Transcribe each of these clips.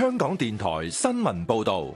香港電台新聞報道。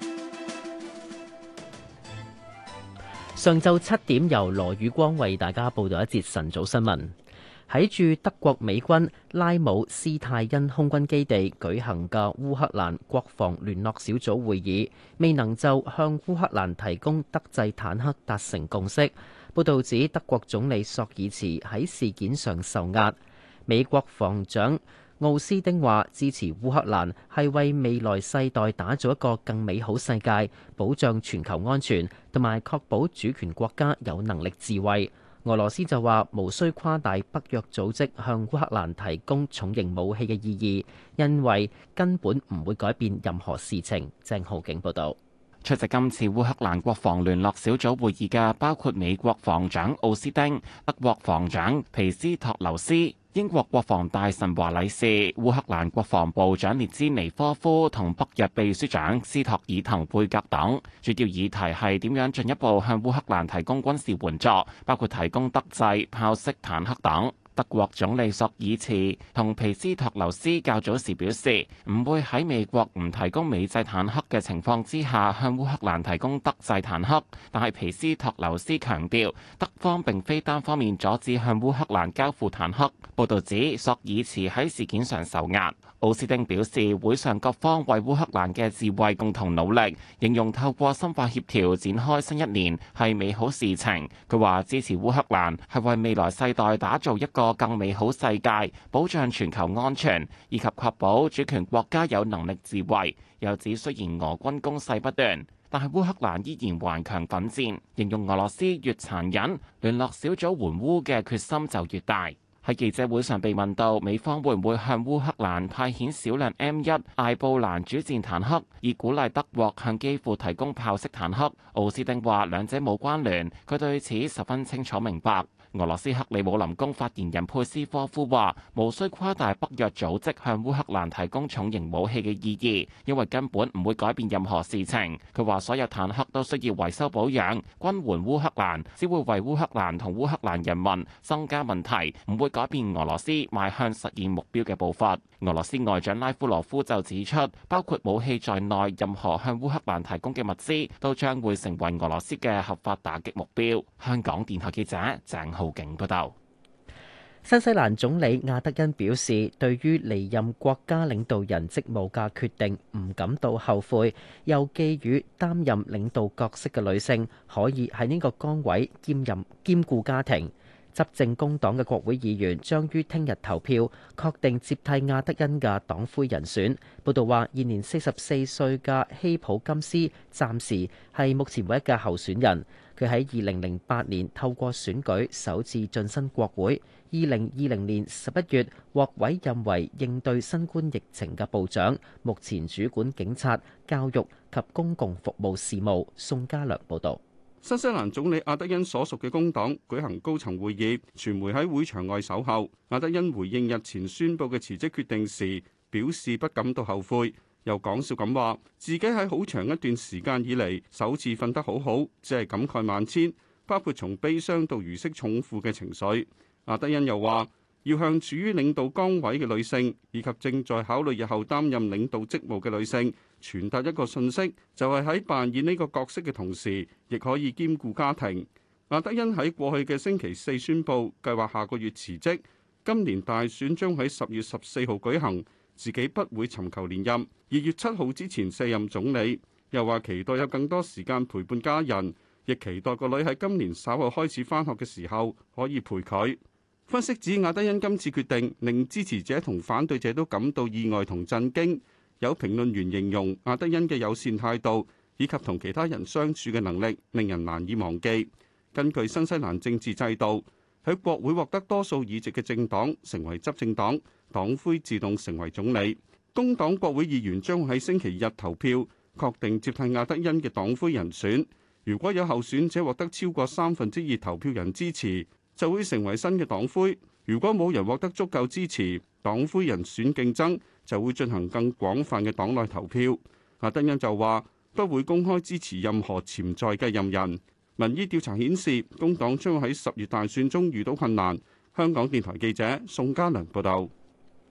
上晝7點，由羅宇光為大家報道一節晨早新聞。喺駐德國美軍拉姆斯泰因空軍基地舉行嘅烏克蘭國防聯絡小組會議，未能就向烏克蘭提供德製坦克達成共識。報道指德國總理朔爾茨喺事件上受壓。美國防長奧斯丁話支持烏克蘭係為未來世代打造一個更美好世界，保障全球安全，同埋確保主權國家有能力自衛。俄羅斯就話無需誇大北約組織向烏克蘭提供重型武器嘅意義，因為根本唔會改變任何事情。鄭浩景報道。 出席今次烏克蘭國防聯絡小組會議嘅包括美國防長奧斯丁、德國防長皮斯托留斯、英國國防大臣華禮士、烏克蘭國防部長列茲尼科夫同北約秘書長斯托爾滕貝格等。主要議題係點樣進一步向烏克蘭提供軍事援助，包括提供德製豹式坦克等。德國總理朔爾茨同皮斯托留斯較早時表示，唔會喺美國唔提供美製坦克嘅情況之下向烏克蘭提供德製坦克，但係皮斯托留斯強調，德方並非單方面阻止向烏克蘭交付坦克。報導指朔爾茨喺事件上受壓。奧斯丁表示，會上各方為烏克蘭嘅自衛共同努力，形容透過深化協調展開新一年係美好事情。佢話支持烏克蘭係為未來世代打造一個更美好世界，保障全球安全，以及確保主權國家有能力自衛。又指雖然俄軍攻勢不斷，但係烏克蘭依然頑強奮戰，形容俄羅斯越殘忍，聯絡小組援烏嘅決心就越大。喺記者會上被問到美方會唔會向烏克蘭派遣少量 M1 艾布蘭主戰坦克，以鼓勵德國向基輔提供豹式坦克，奧斯丁話兩者冇關聯，佢對此十分清楚明白。俄羅斯克里姆林宮發言人佩斯科夫話：無需誇大北約組織向烏克蘭提供重型武器嘅意義，因為根本唔會改變任何事情。佢話所有坦克都需要維修保養，軍援烏克蘭只會為烏克蘭同烏克蘭人民增加問題，唔會改變俄羅斯邁向實現目標嘅步伐。俄羅斯外長拉夫羅夫就指出，包括武器在內，任何向烏克蘭提供嘅物資都將會成為俄羅斯嘅合法打擊目標。香港電台記者鄭浩景報道。 新西蘭總理亞德恩表示，對於離任國家領導人職務嘅決定唔感到後悔，又寄予擔任領導角色嘅女性可以喺呢個崗位兼顧家庭。執政工黨嘅國會議員將於聽日投票，確定接替亞德恩嘅黨魁人選。報道話，現年44歲嘅希普金斯暫時係目前唯一嘅候選人。佢喺2008年透過選舉首次晉身國會，2020年11月獲委任為應對新冠疫情嘅部長，目前主管警察、教育及公共服務事務。宋家良報導。 新西蘭總理亞德恩所屬嘅工黨舉行高層會議，傳媒喺會場外守候。亞德恩回應日前宣布嘅辭職決定時，表示不感到後悔，又講笑咁話自己喺好長一段時間以嚟首次瞓得好好，只係感慨萬千，包括從悲傷到如釋重負嘅情緒。亞德恩又話要向處於領導崗位嘅女性以及正在考慮日後擔任領導職務嘅女性傳達一個訊息，就係喺扮演呢個角色嘅同時，亦可以兼顧家庭。亞德恩喺過去嘅星期四宣布計劃下個月辭職，今年大選將喺10月14號舉行，自己不會尋求連任，2月7號之前卸任總理。又話期待有更多時間陪伴家人，亦期待個女喺今年稍後開始返學嘅時候可以陪佢。分析指亞德恩今次決定令支持者同反對者都感到意外同震驚。有評論員形容亞德恩嘅友善態度以及同其他人相處嘅能力令人難以忘記。根據新西蘭政治制度，喺國會獲得多數議席嘅政黨成為執政黨，黨魁自動成為總理。工黨國會議員將會喺星期日投票，確定接替亞德恩嘅黨魁人選。如果有候選者獲得超過2/3投票人支持，就會成為新嘅黨魁。如果冇人獲得足夠支持，黨魁人選競爭就會進行更廣泛嘅黨內投票。亞德恩就話不會公開支持任何潛在嘅任人。民意調查顯示，工黨將會喺10月大選中遇到困難。香港電台記者宋家良報道。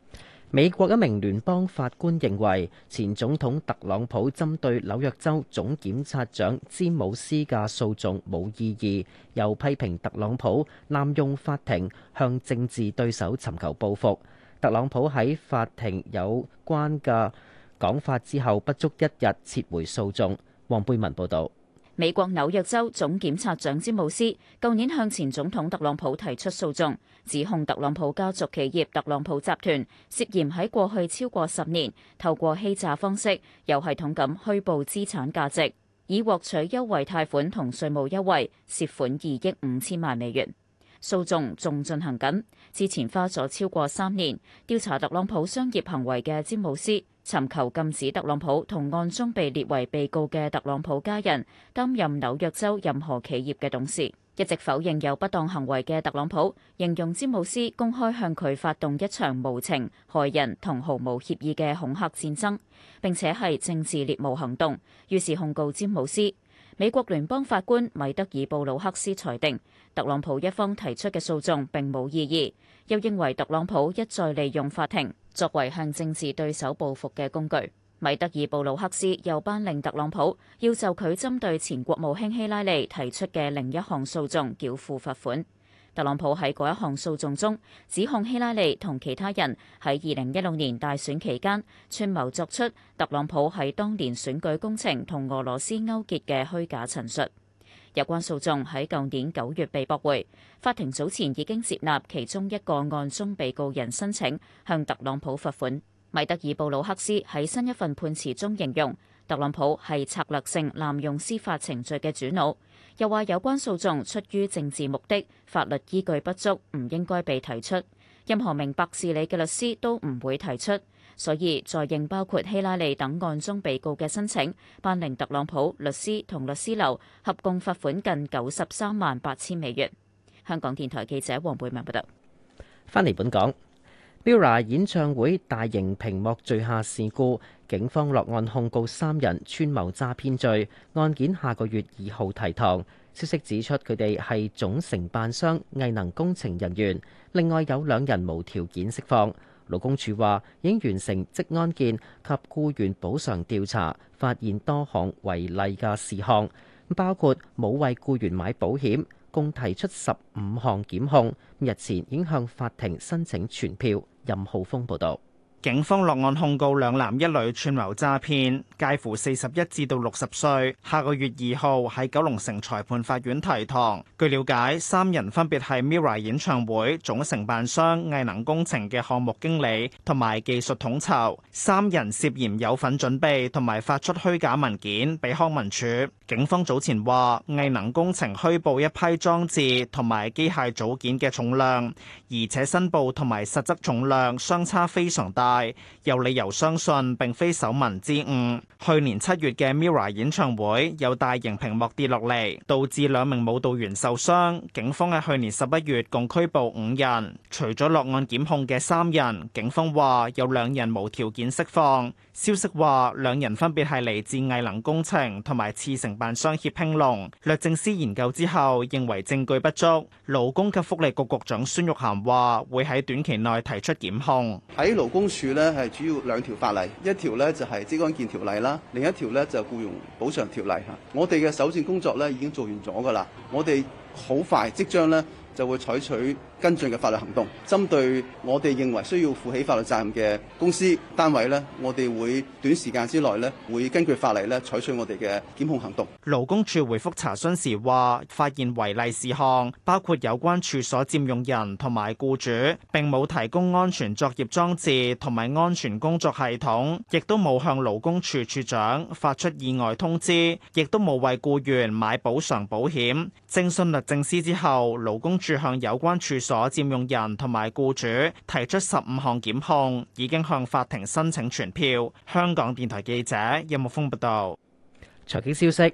美國一名聯邦法官認為，前總統特朗普針對紐約州總檢察長詹姆斯嘅訴訟冇意義，又批評特朗普濫用法庭向政治對手尋求報復。特朗普喺法庭有關嘅講法之後，不足一日撤回訴訟。黃貝文報導。 美國紐約州總檢察長詹姆斯舊年向前總統特朗普提出訴訟，指控特朗普家族企業特朗普集團涉嫌喺過去超過10年透過欺詐方式，有系統咁虛報資產價值，以獲取優惠貸款同稅務優惠，涉款2億5千萬美元。訴訟仲進行緊，之前花咗超過3年調查特朗普商業行為嘅詹姆斯，尋求禁止特朗普同案中被列為被告嘅特朗普家人擔任紐約州任何企業嘅董事。一直否認有不當行為嘅特朗普，形容詹姆斯公開向佢發動一場無情、害人同毫無協議嘅恐嚇戰爭，並且係政治獵巫行動，於是控告詹姆斯。美國聯邦法官米德爾布魯克斯裁定，特朗普一方提出嘅訴訟並冇意義，又認為特朗普一再利用法庭作為向政治對手報復嘅工具。米德爾布魯克斯又頒令特朗普要就佢針對前國務卿希拉里提出嘅另一項訴訟繳付罰款。特朗普喺嗰一項訴訟中指控希拉里同其他人喺2016年大選期間串謀作出特朗普喺當年選舉工程同俄羅斯勾結嘅虛假陳述。有關訴訟喺舊年9月被駁回，法庭早前已經接納其中一個案中被告人申請向特朗普罰款。米德爾布魯克斯喺新一份判詞中形容特朗普係策略性濫用司法程序嘅主腦，又話有關訴訟出於政治目的，法律依據不足，唔應該被提出，任何明白事理嘅律師都唔會提出，所以在應包括希拉里等案中被告嘅申請，頒令特朗普律師同律師樓合共罰款近93萬8千美元。香港電台記者黃貝文報道。 翻嚟本港。MIRROR 演唱會大型屏幕墜下事故，警方落案控告3人串謀詐騙罪，案件下個月2號提堂。消息指出，佢哋係總承辦商藝能工程人員，另外有2人無條件釋放。勞工處話已經完成職安健及僱員補償調查，發現多項違例嘅事項，包括冇為僱員買保險，共提出15項檢控。日前已經向法庭申請傳票。任浩峰報道。 警方落案控告2男1女串謀詐騙，介乎41至到60歲，下個月2號喺九龍城裁判法院提堂。據了解，3人分別係 MIRROR 演唱會總承辦商藝能工程嘅項目經理同埋技術統籌，3人涉嫌有份準備同埋發出虛假文件俾康文署。警方早前話，藝能工程虛報一批裝置同埋機械組件嘅重量，而且申報同埋實質重量相差非常大。有理由相信並非手民之誤。去年7月嘅 MIRROR 演唱會有大型屏幕跌落嚟，導致2名舞蹈員受傷。警方喺去年11月共拘捕5人，除咗落案檢控嘅3人，警方話有2人無條件釋放。消息話2人分別係嚟自藝能工程同埋次承辦商協興隆。律政司研究之後認為證據不足，勞工及福利局局長孫玉菡話會喺短期內提出檢控。 喺勞工處呢係主要2條法例，一條呢就係職安健條例啦，另一條呢就僱傭補償條例嚇。我哋嘅搜證工作呢已經做完咗㗎啦，我哋好快即將呢就會採取跟進嘅法律行動，針對我哋認為需要負起法律責任嘅公司單位呢，我哋會短時間之內呢會根據法例呢採取我哋嘅檢控行動。 勞工處回覆查詢時話，發現違例事項包括有關處所佔用人同埋僱主並冇提供安全作業裝置同埋安全工作系統，亦都冇向勞工處處長發出意外通知，亦都冇為僱員買補償保險。徵詢律政司之後，勞工處向有關處所佔用人同埋僱主提出15項檢控，已經向法庭申請傳票。香港電台記者任木峰報道。 財經消息：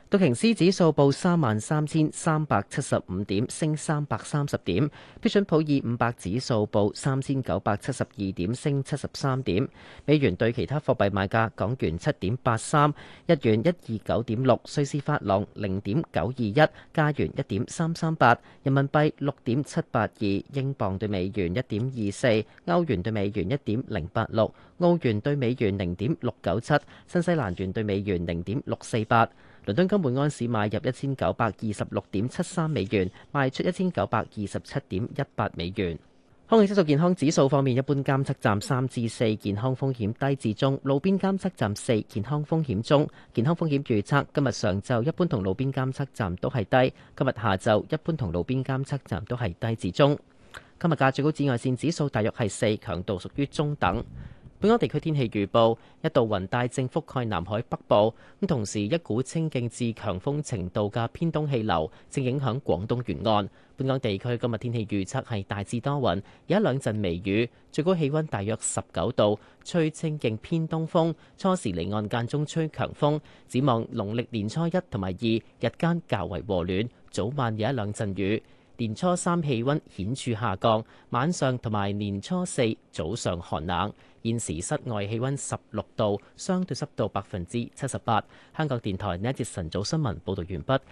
道瓊斯指數報33,375點，升330點；標準普爾500指數報3,972點，升73點。美元對其他貨幣賣價：港元7.83，日元129.6，瑞士法郎0.921，加元1.338，人民幣6.782，英鎊對美元1.24，歐元對美元1.086，澳元對美元0.697，新西蘭元對美元0.648。倫敦金每安士買入1926.73美元，賣出1927.18美元。空氣質素健康指數方面，一般監測站3至4，健康風險低至中；路邊監測站4，健康風險中。健康風險預測今日上晝一般同路邊監測站都係低，今日下晝一般同路邊監測站都係低至中。今日嘅最高紫外線指數大約係4，強度屬於中等。本港地區天氣預報，一道雲帶正覆蓋南海北部，咁同時一股清勁至強風程度嘅偏東氣流正影響廣東沿岸。本港地區今日天氣預測係大致多雲，有一兩陣微雨，最高氣溫大約19度，吹清勁偏東風，初時離岸間中吹強風。展望農曆年初1同埋2日間較為和暖，早晚有一兩陣雨。年初3氣溫顯著下降，晚上同埋年初4早上寒冷。現時室外氣溫16度，相對濕度78%。香港電台呢一節晨早新聞報道完畢。